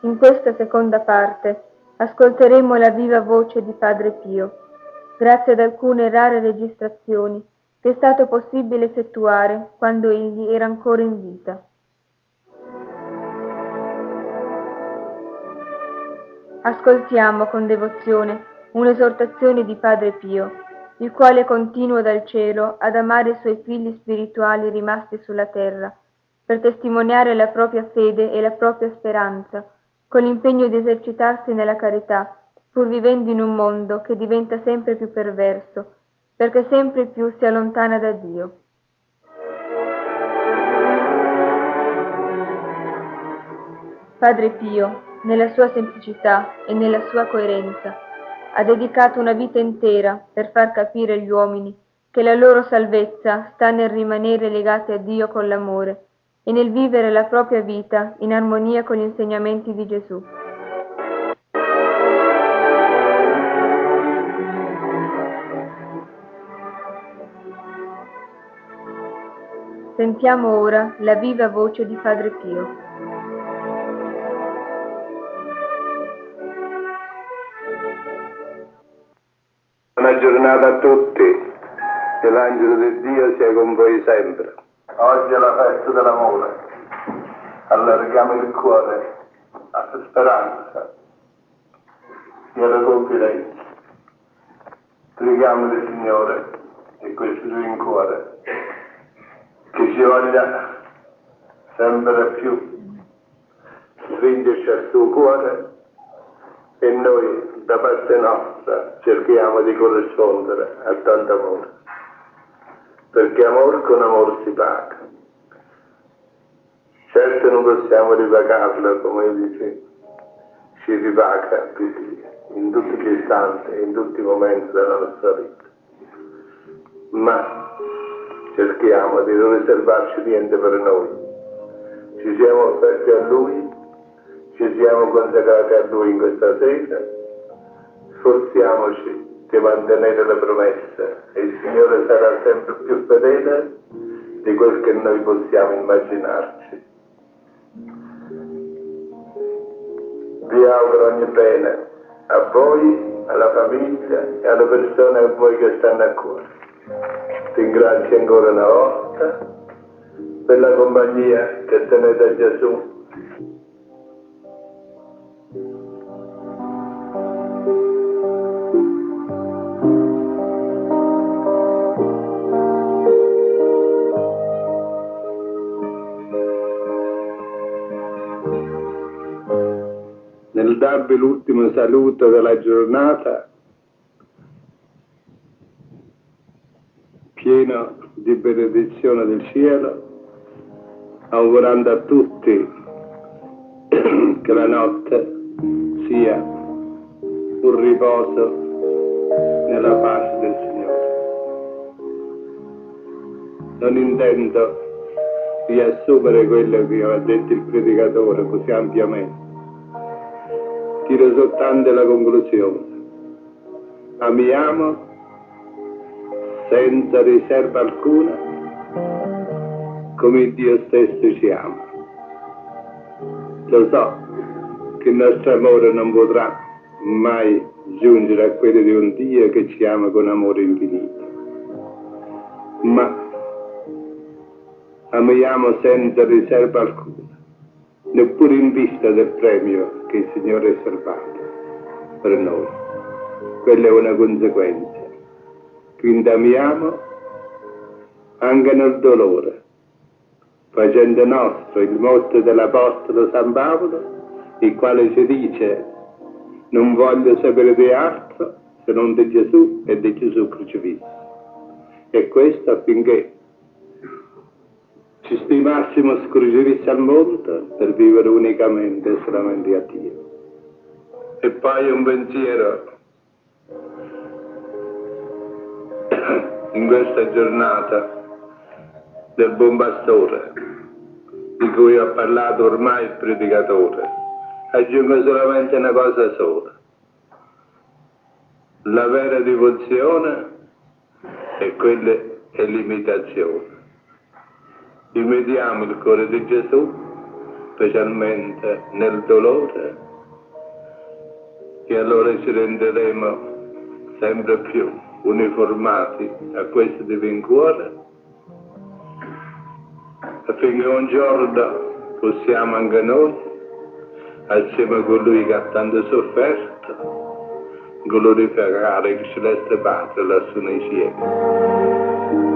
In questa seconda parte ascolteremo la viva voce di Padre Pio, grazie ad alcune rare registrazioni che è stato possibile effettuare quando egli era ancora in vita. Ascoltiamo con devozione un'esortazione di Padre Pio, il quale continua dal cielo ad amare i suoi figli spirituali rimasti sulla terra, per testimoniare la propria fede e la propria speranza, con l'impegno di esercitarsi nella carità, pur vivendo in un mondo che diventa sempre più perverso, perché sempre più si allontana da Dio. Padre Pio, nella sua semplicità e nella sua coerenza, ha dedicato una vita intera per far capire agli uomini che la loro salvezza sta nel rimanere legati a Dio con l'amore e nel vivere la propria vita in armonia con gli insegnamenti di Gesù. Sentiamo ora la viva voce di Padre Pio. Buona giornata a tutti, che l'angelo di Dio sia con voi sempre. Oggi è la festa dell'amore, allarghiamo il cuore alla speranza e alla confidenza. Preghiamo il Signore e questo suo in cuore, che ci voglia sempre più stringerci al suo cuore e noi da parte nostra cerchiamo di corrispondere a tanto amore, perché amor con amor si paga. Certo non possiamo ripagarlo come dice, ci ripaga in tutti gli istanti, in tutti i momenti della nostra vita, ma cerchiamo di non riservarci niente per noi. Ci siamo offerti a Lui, ci siamo consacrati a Lui in questa sera, sforziamoci di mantenere le promesse e il Signore sarà sempre più fedele di quel che noi possiamo immaginarci. Vi auguro ogni bene a voi, alla famiglia e alle persone a voi che stanno a cuore. Ringrazio ancora una volta per la compagnia che tenete a Gesù. Nel darvi l'ultimo saluto della giornata, pieno di benedizione del cielo, augurando a tutti che la notte sia un riposo nella pace del Signore. Non intendo riassumere quello che ha detto il predicatore così ampiamente. Tiro soltanto la conclusione. Amiamo senza riserva alcuna come Dio stesso ci ama. Lo so che il nostro amore non potrà mai giungere a quello di un Dio che ci ama con amore infinito, ma amiamo senza riserva alcuna, neppure in vista del premio che il Signore è riservato per noi. Quella è una conseguenza. Quindi amiamo anche nel dolore, facendo nostro il motto dell'Apostolo San Paolo, il quale ci dice: non voglio sapere di altro se non di Gesù e di Gesù crocifisso. E questo affinché ci stimassimo crocifissi al mondo per vivere unicamente e solamente a Dio. E poi un pensiero in questa giornata del buon pastore, di cui ha parlato ormai il predicatore. Aggiungo solamente una cosa sola: la vera devozione e quella è l'imitazione. Imitiamo il cuore di Gesù specialmente nel dolore, e allora ci renderemo sempre più uniformati a questo divino cuore, affinché un giorno possiamo anche noi, assieme a colui che ha tanto sofferto, glorificare il celeste Padre lassù nei cieli.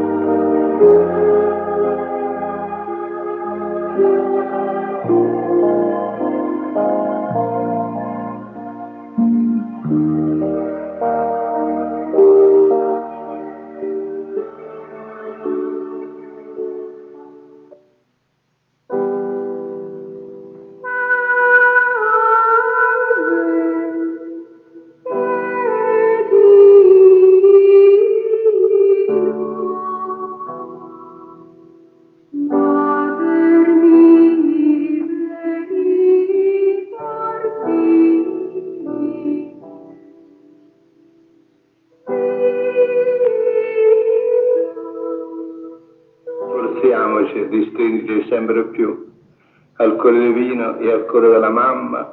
Sforziamoci di stringere sempre più al cuore divino e al cuore della mamma,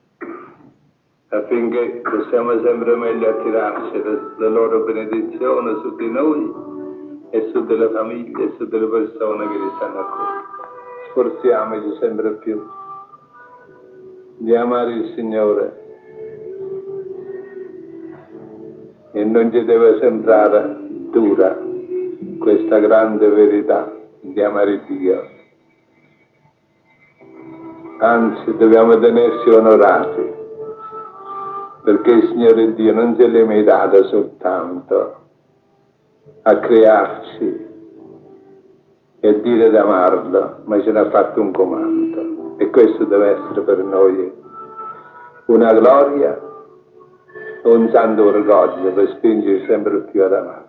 affinché possiamo sempre meglio attirarci la loro benedizione su di noi e su delle famiglie e su delle persone che ci stanno a cuore. Sforziamoci sempre più di amare il Signore, e non ci deve sembrare dura questa grande verità di amare Dio. Anzi, dobbiamo tenersi onorati, perché il Signore Dio non si è limitato soltanto a crearci e dire di amarlo, ma ce n'ha fatto un comando, e questo deve essere per noi una gloria, un santo orgoglio per spingere sempre più ad amare.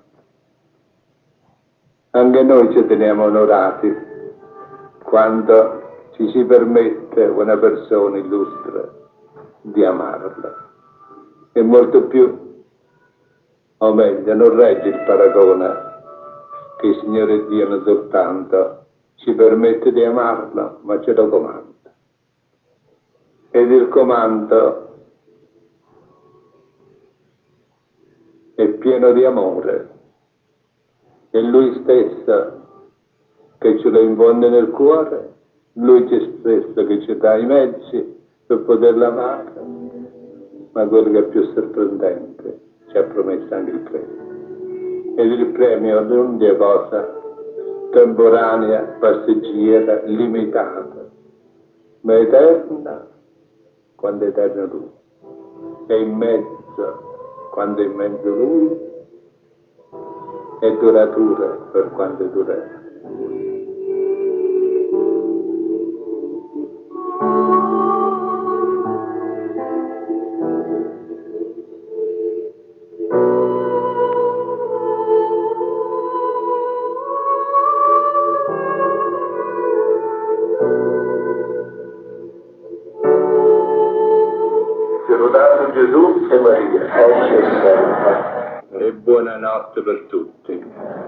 Anche noi ci teniamo onorati quando ci si permette una persona illustre di amarla, e molto più, o meglio, non regge il paragone che il Signore Dio non soltanto ci permette di amarla, ma ce lo comanda. Ed il comando è pieno di amore, è Lui stesso che ce lo infonde nel cuore, Lui stesso che ci dà i mezzi per poterla amare, ma quello che è più sorprendente, ci ha promesso anche il premio. Ed il premio non è cosa temporanea, passeggera, limitata, ma eterna, quando è eterno Lui, e in mezzo, quando è in mezzo Lui, è duratura per quanto durerà. Lodato Gesù e Maria. E buonanotte per tutti.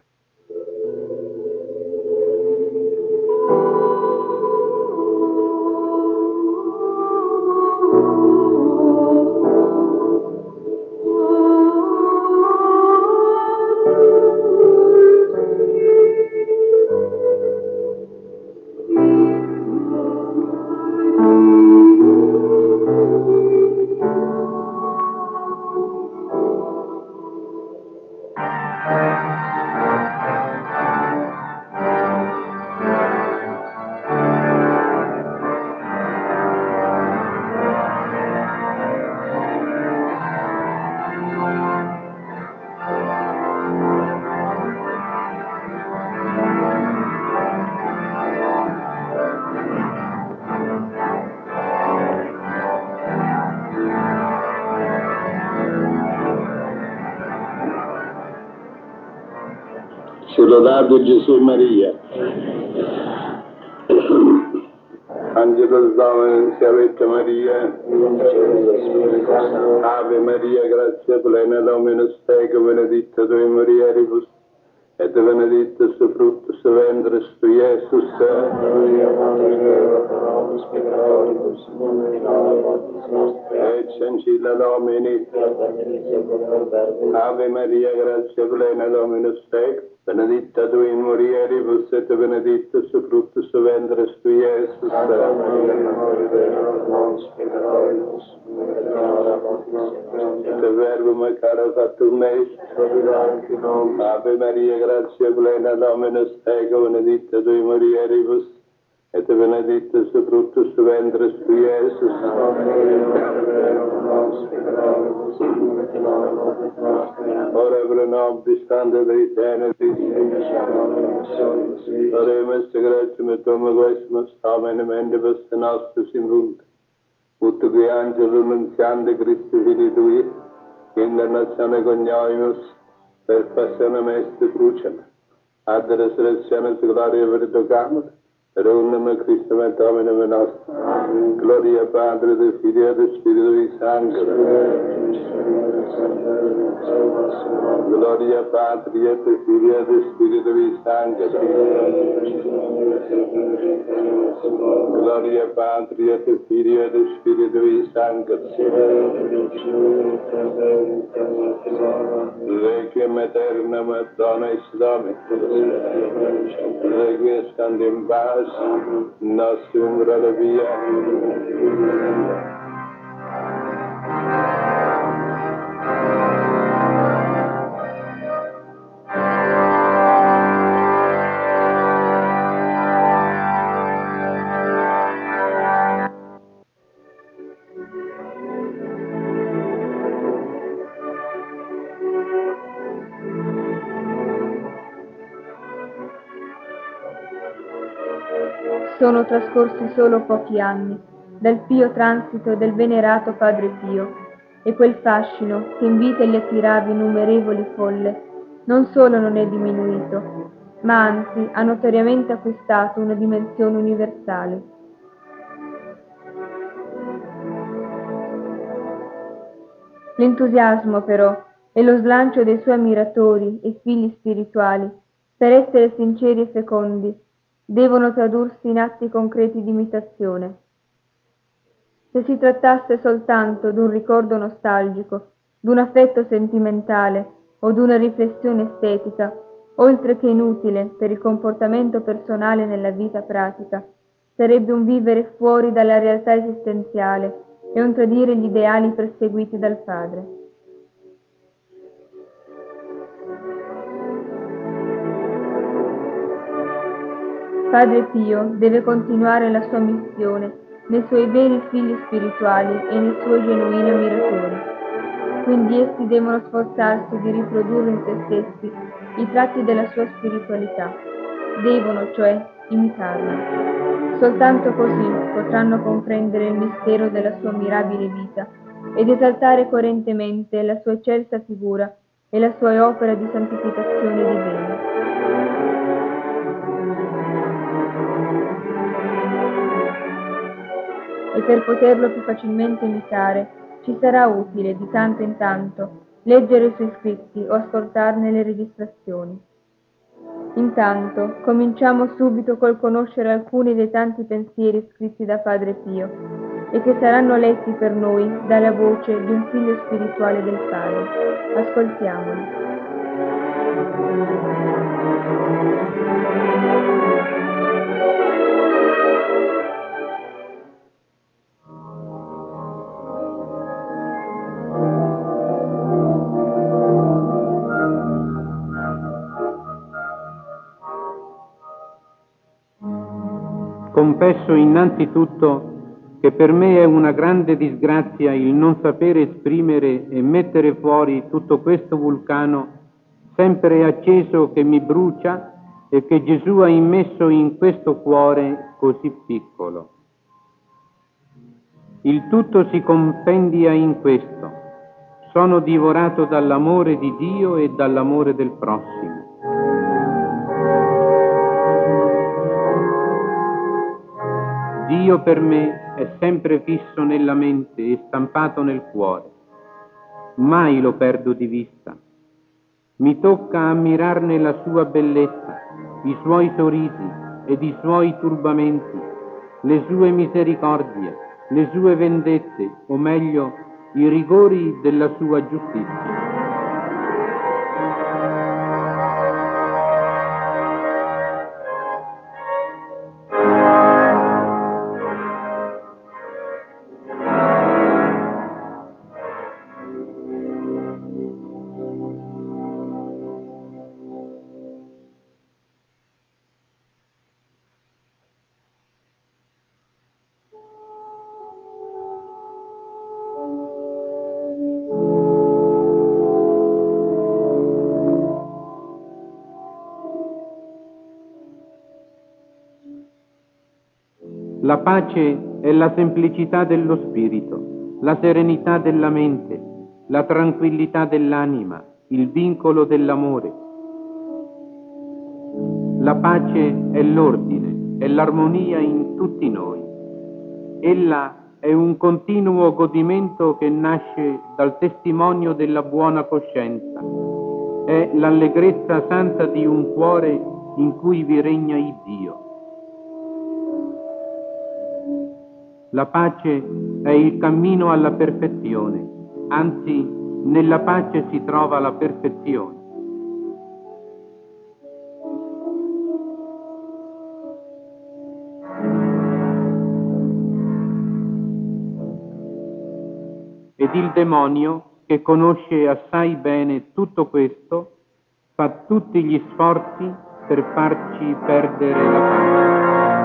Lodato Gesù e Maria. Angelo Domini, salve Maria, Ave Maria, grazia plena, Dominus tecum, benedicta tu in mulieribus, et benedictus fructus ventris tui, Iesus. Maria, Mater Dei, ora pro nobis peccatoribus, nunc et in hora mortis nostre. Ecce ancilla Domini. Ave Maria, gratia plena, Dominus tecum, benedicta tu in mulieribus, et benedictus fructus ventris tui, Iesus. Santa Maria, Mater Dei, ora pro nobis peccatoribus, nunc et in hora mortis nostre. Et verbum caro factum est, Anche noi. Ave Maria, gratia plena, Dominus tecum, benedicta tu in mulieribus, et benedictus fructus ventris tui, Iesus. Santa Maria, Mater Dei, ora pro nobis peccatoribus, nunc et in hora mortis nostre. Ora pro nobis tanda Dei tenetis, oremus gratium et tuum quesumus, Amen, mendibus nostris in vunta. Ut qui angelum nuntiante Christi Filii Tui, incarnatione coniovimus, per passionem est crucem, ad resurrectionem gloria verificamur, per unum Christum et Dominum nostrum. Gloria Patri, et Filii et Spiritui Sancti. Gloria Patri, et Filii et Spiritui Sancti. Gloria Patri, et Filii et Spiritui Sancti. Requiem aeternam dona eis Domini. Requiescant in pace, nostrum via. Sono trascorsi solo pochi anni dal pio transito del venerato Padre Pio, e quel fascino che in vita gli attirava innumerevoli folle non solo non è diminuito, ma anzi ha notoriamente acquistato una dimensione universale. L'entusiasmo però e lo slancio dei suoi ammiratori e figli spirituali, per essere sinceri e fecondi, devono tradursi in atti concreti di imitazione. Se si trattasse soltanto d'un ricordo nostalgico, d'un affetto sentimentale o d'una riflessione estetica, oltre che inutile per il comportamento personale nella vita pratica, sarebbe un vivere fuori dalla realtà esistenziale e un tradire gli ideali perseguiti dal Padre. Padre Pio deve continuare la sua missione nei suoi veri figli spirituali e nei suoi genuini ammiratori. Quindi essi devono sforzarsi di riprodurre in se stessi i tratti della sua spiritualità. Devono, cioè, imitarla. Soltanto così potranno comprendere il mistero della sua mirabile vita ed esaltare coerentemente la sua eccelsa figura e la sua opera di santificazione divina. E per poterlo più facilmente imitare, ci sarà utile di tanto in tanto leggere i suoi scritti o ascoltarne le registrazioni. Intanto, cominciamo subito col conoscere alcuni dei tanti pensieri scritti da Padre Pio e che saranno letti per noi dalla voce di un figlio spirituale del Padre. Ascoltiamoli. Confesso innanzitutto che per me è una grande disgrazia il non sapere esprimere e mettere fuori tutto questo vulcano sempre acceso che mi brucia e che Gesù ha immesso in questo cuore così piccolo. Il tutto si compendia in questo: sono divorato dall'amore di Dio e dall'amore del prossimo. Dio per me è sempre fisso nella mente e stampato nel cuore. Mai lo perdo di vista. Mi tocca ammirarne la sua bellezza, i suoi sorrisi ed i suoi turbamenti, le sue misericordie, le sue vendette, o meglio, i rigori della sua giustizia. La pace è la semplicità dello spirito, la serenità della mente, la tranquillità dell'anima, il vincolo dell'amore. La pace è l'ordine, è l'armonia in tutti noi. Ella è un continuo godimento che nasce dal testimonio della buona coscienza. È l'allegrezza santa di un cuore in cui vi regna il Dio. La pace è il cammino alla perfezione, anzi, nella pace si trova la perfezione. Ed il demonio, che conosce assai bene tutto questo, fa tutti gli sforzi per farci perdere la pace.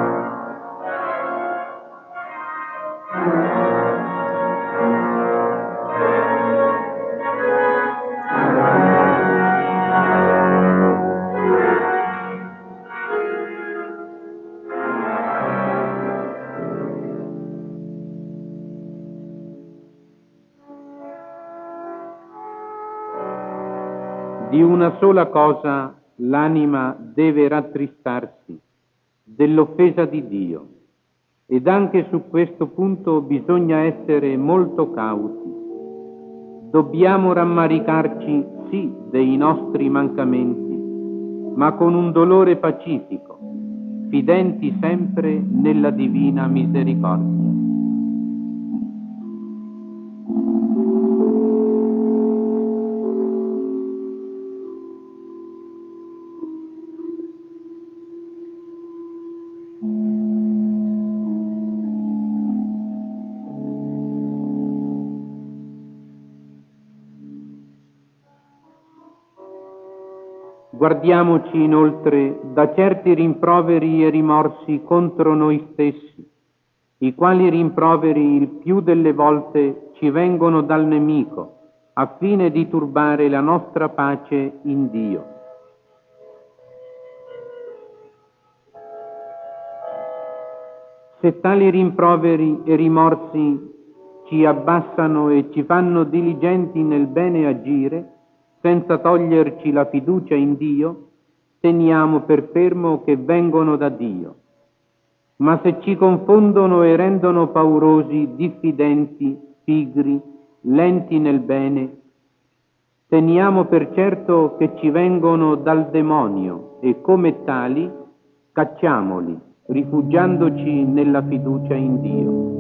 Di una sola cosa l'anima deve rattristarsi, dell'offesa di Dio, ed anche su questo punto bisogna essere molto cauti. Dobbiamo rammaricarci sì dei nostri mancamenti, ma con un dolore pacifico, fidenti sempre nella divina misericordia. Guardiamoci inoltre da certi rimproveri e rimorsi contro noi stessi, i quali rimproveri il più delle volte ci vengono dal nemico, a fine di turbare la nostra pace in Dio. Se tali rimproveri e rimorsi ci abbassano e ci fanno diligenti nel bene agire, senza toglierci la fiducia in Dio, teniamo per fermo che vengono da Dio. Ma se ci confondono e rendono paurosi, diffidenti, pigri, lenti nel bene, teniamo per certo che ci vengono dal demonio e come tali cacciamoli, rifugiandoci nella fiducia in Dio.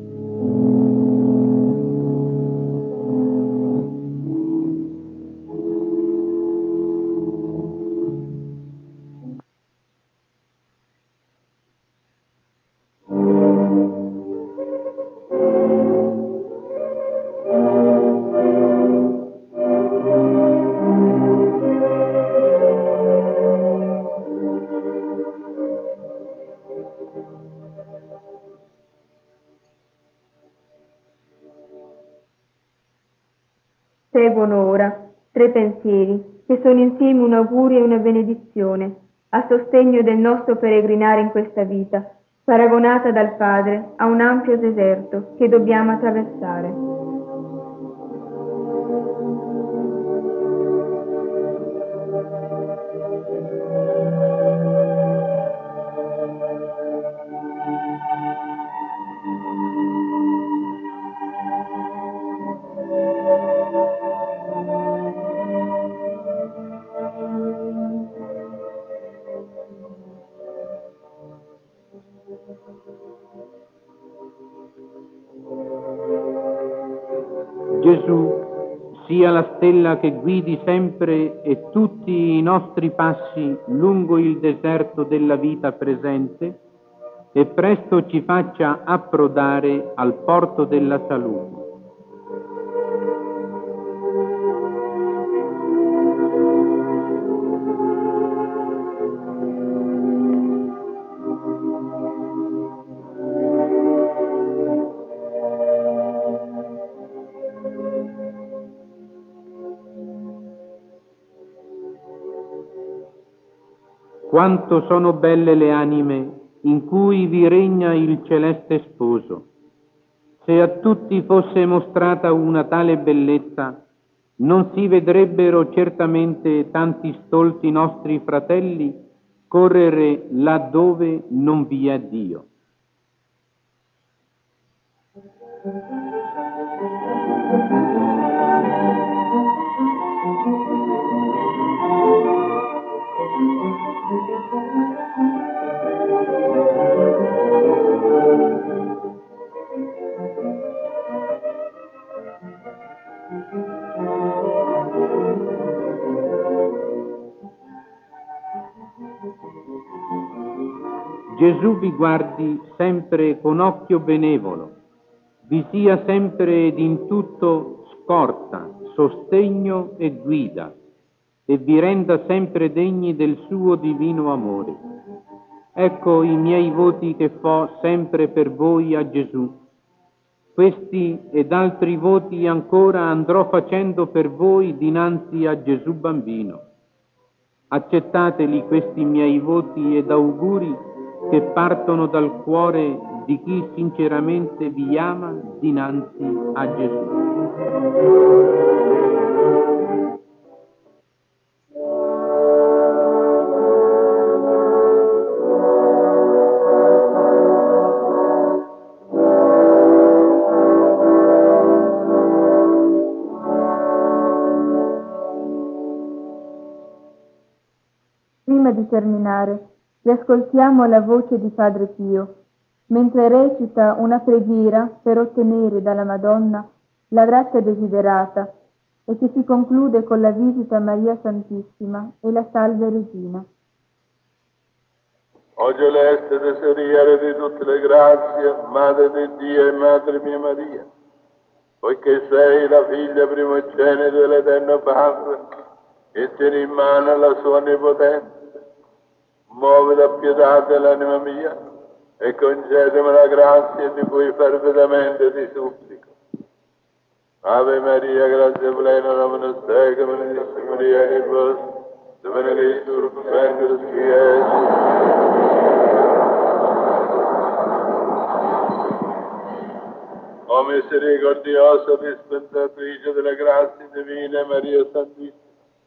Seguono ora 3 pensieri che sono insieme un augurio e una benedizione a sostegno del nostro peregrinare in questa vita, paragonata dal Padre a un ampio deserto che dobbiamo attraversare. Gesù sia la stella che guidi sempre e tutti i nostri passi lungo il deserto della vita presente e presto ci faccia approdare al porto della salute. Quanto sono belle le anime in cui vi regna il celeste sposo. Se a tutti fosse mostrata una tale bellezza, non si vedrebbero certamente tanti stolti nostri fratelli correre laddove non vi è Dio. Gesù vi guardi sempre con occhio benevolo, vi sia sempre ed in tutto scorta, sostegno e guida, e vi renda sempre degni del suo divino amore. Ecco i miei voti che fo sempre per voi a Gesù. Questi ed altri voti ancora andrò facendo per voi dinanzi a Gesù bambino. Accettateli questi miei voti ed auguri che partono dal cuore di chi sinceramente vi ama dinanzi a Gesù. Prima di terminare, riascoltiamo la voce di Padre Pio, mentre recita una preghiera per ottenere dalla Madonna la grazia desiderata e che si conclude con la visita a Maria Santissima e la Salve Regina. O celeste tesoriere di tutte le grazie, Madre di Dio e Madre mia Maria, poiché sei la figlia primogenita dell'Eterno Padre e tieni in mano la sua onnipotenza, muovi la pietà dell'anima mia e concedimi la grazia di cui fervidamente ti supplico. Ave Maria, grazia plena, Dominus tecum, benedicta Maria, che vos, benedictus fructus ventris O misericordiosa dispensatrice delle grazie divine, Maria Santissima,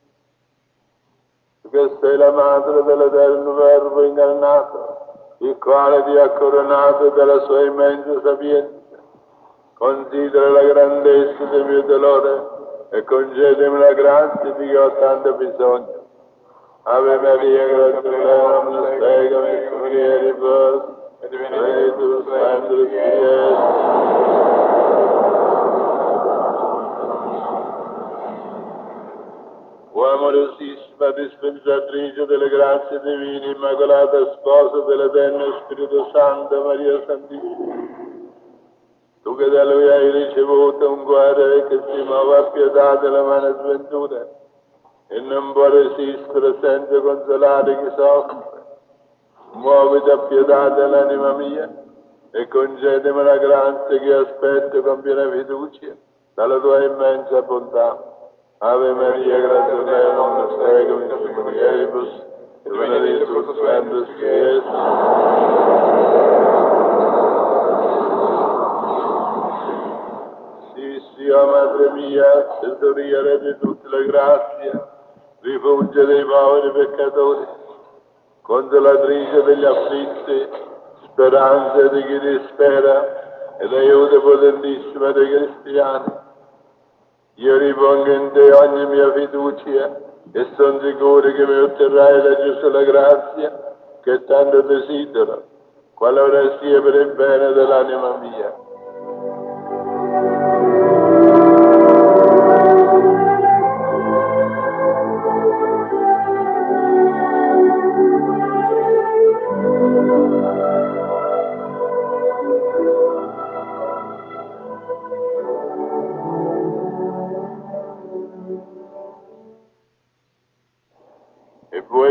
che sei la madre dell'Eterno Verbo incarnato, il quale ti ha coronato della sua immensa sapienza. Considera la grandezza del mio dolore e concedimi la grazia di cui ho tanto bisogno. Ave Maria, grazia plena, omnes tecum, mulieribus, et benedictus fructus ventris. O amorosissima dispensatrice delle grazie divine, immacolata sposa dell'Eterno Spirito Santo, Maria Santissima, tu che da Lui hai ricevuto un cuore che si muove a pietà della umana sventura e non può resistere senza consolare chi soffre, muoviti a pietà dell'anima mia e concedimi la grazia che aspetto con piena fiducia dalla tua immensa bontà. Ave Maria, grazia plena, omnes tecum, mulieribus, et benedictus fructus ventris Iesus. Sì, o Madre mia, tesoriere di tutte le grazie, rifugio dei poveri peccatori, consolatrice degli afflitti, speranza di chi dispera ed aiuto potentissimo dei cristiani. Io ripongo in te ogni mia fiducia e sono sicuro che mi otterrai la giusta grazia che tanto desidero, qualora sia per il bene dell'anima mia.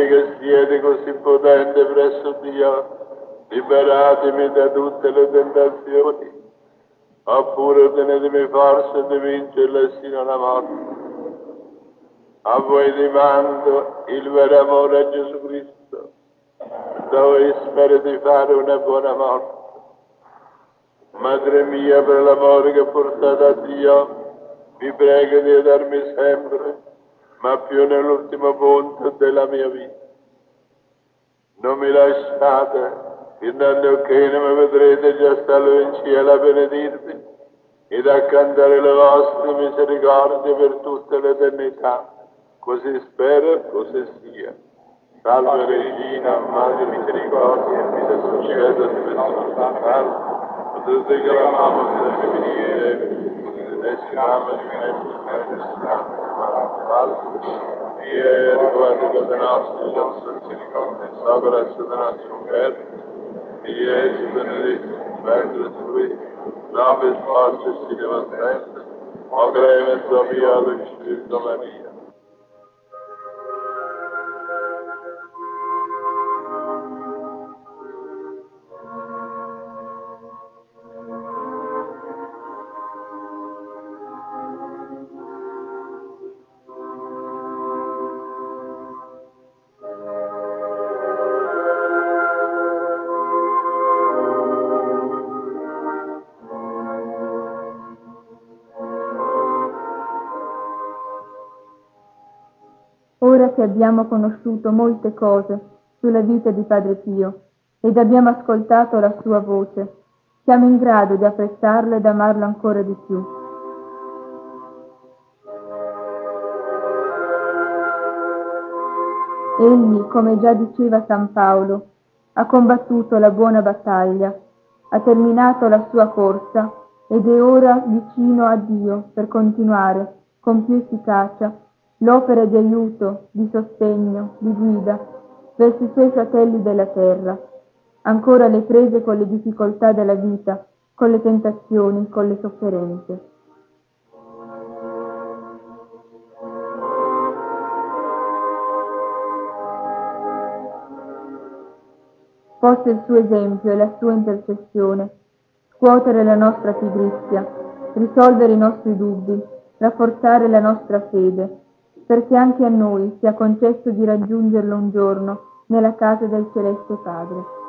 voi che siete così potenti presso Dio, liberatemi da tutte le tentazioni, oppure tenetemi forza di vincerle sino alla morte. A voi dimando il vero amore a Gesù Cristo, dove spero di fare una buona morte. Madre mia, per l'amore che portate a Dio, vi prego di aiutarmi sempre, ma più nell'ultimo punto della mia vita. Non mi lasciate, intanto che non mi vedrete già stare in cielo a benedirvi ed a cantare le vostre misericordie per tutte le eternità. Così spero, così sia. Salve Regina, Madre Misericordia, mi del successo di persona. Potete chiamare se mi venire, e si chiama di e riguardo le nostre misericordia, sopra il nostro Padre, e Gesù benedetto, Padre Lui, nove forze si deve sempre, o greve via del Spirito Maria. Ora che abbiamo conosciuto molte cose sulla vita di Padre Pio ed abbiamo ascoltato la sua voce, siamo in grado di apprezzarlo ed amarlo ancora di più. Egli, come già diceva San Paolo, ha combattuto la buona battaglia, ha terminato la sua corsa ed è ora vicino a Dio per continuare con più efficacia l'opera di aiuto, di sostegno, di guida verso i suoi fratelli della terra, ancora alle prese con le difficoltà della vita, con le tentazioni, con le sofferenze. Possa il suo esempio e la sua intercessione scuotere la nostra pigrizia, risolvere i nostri dubbi, rafforzare la nostra fede, perché anche a noi sia concesso di raggiungerlo un giorno nella casa del Celeste Padre.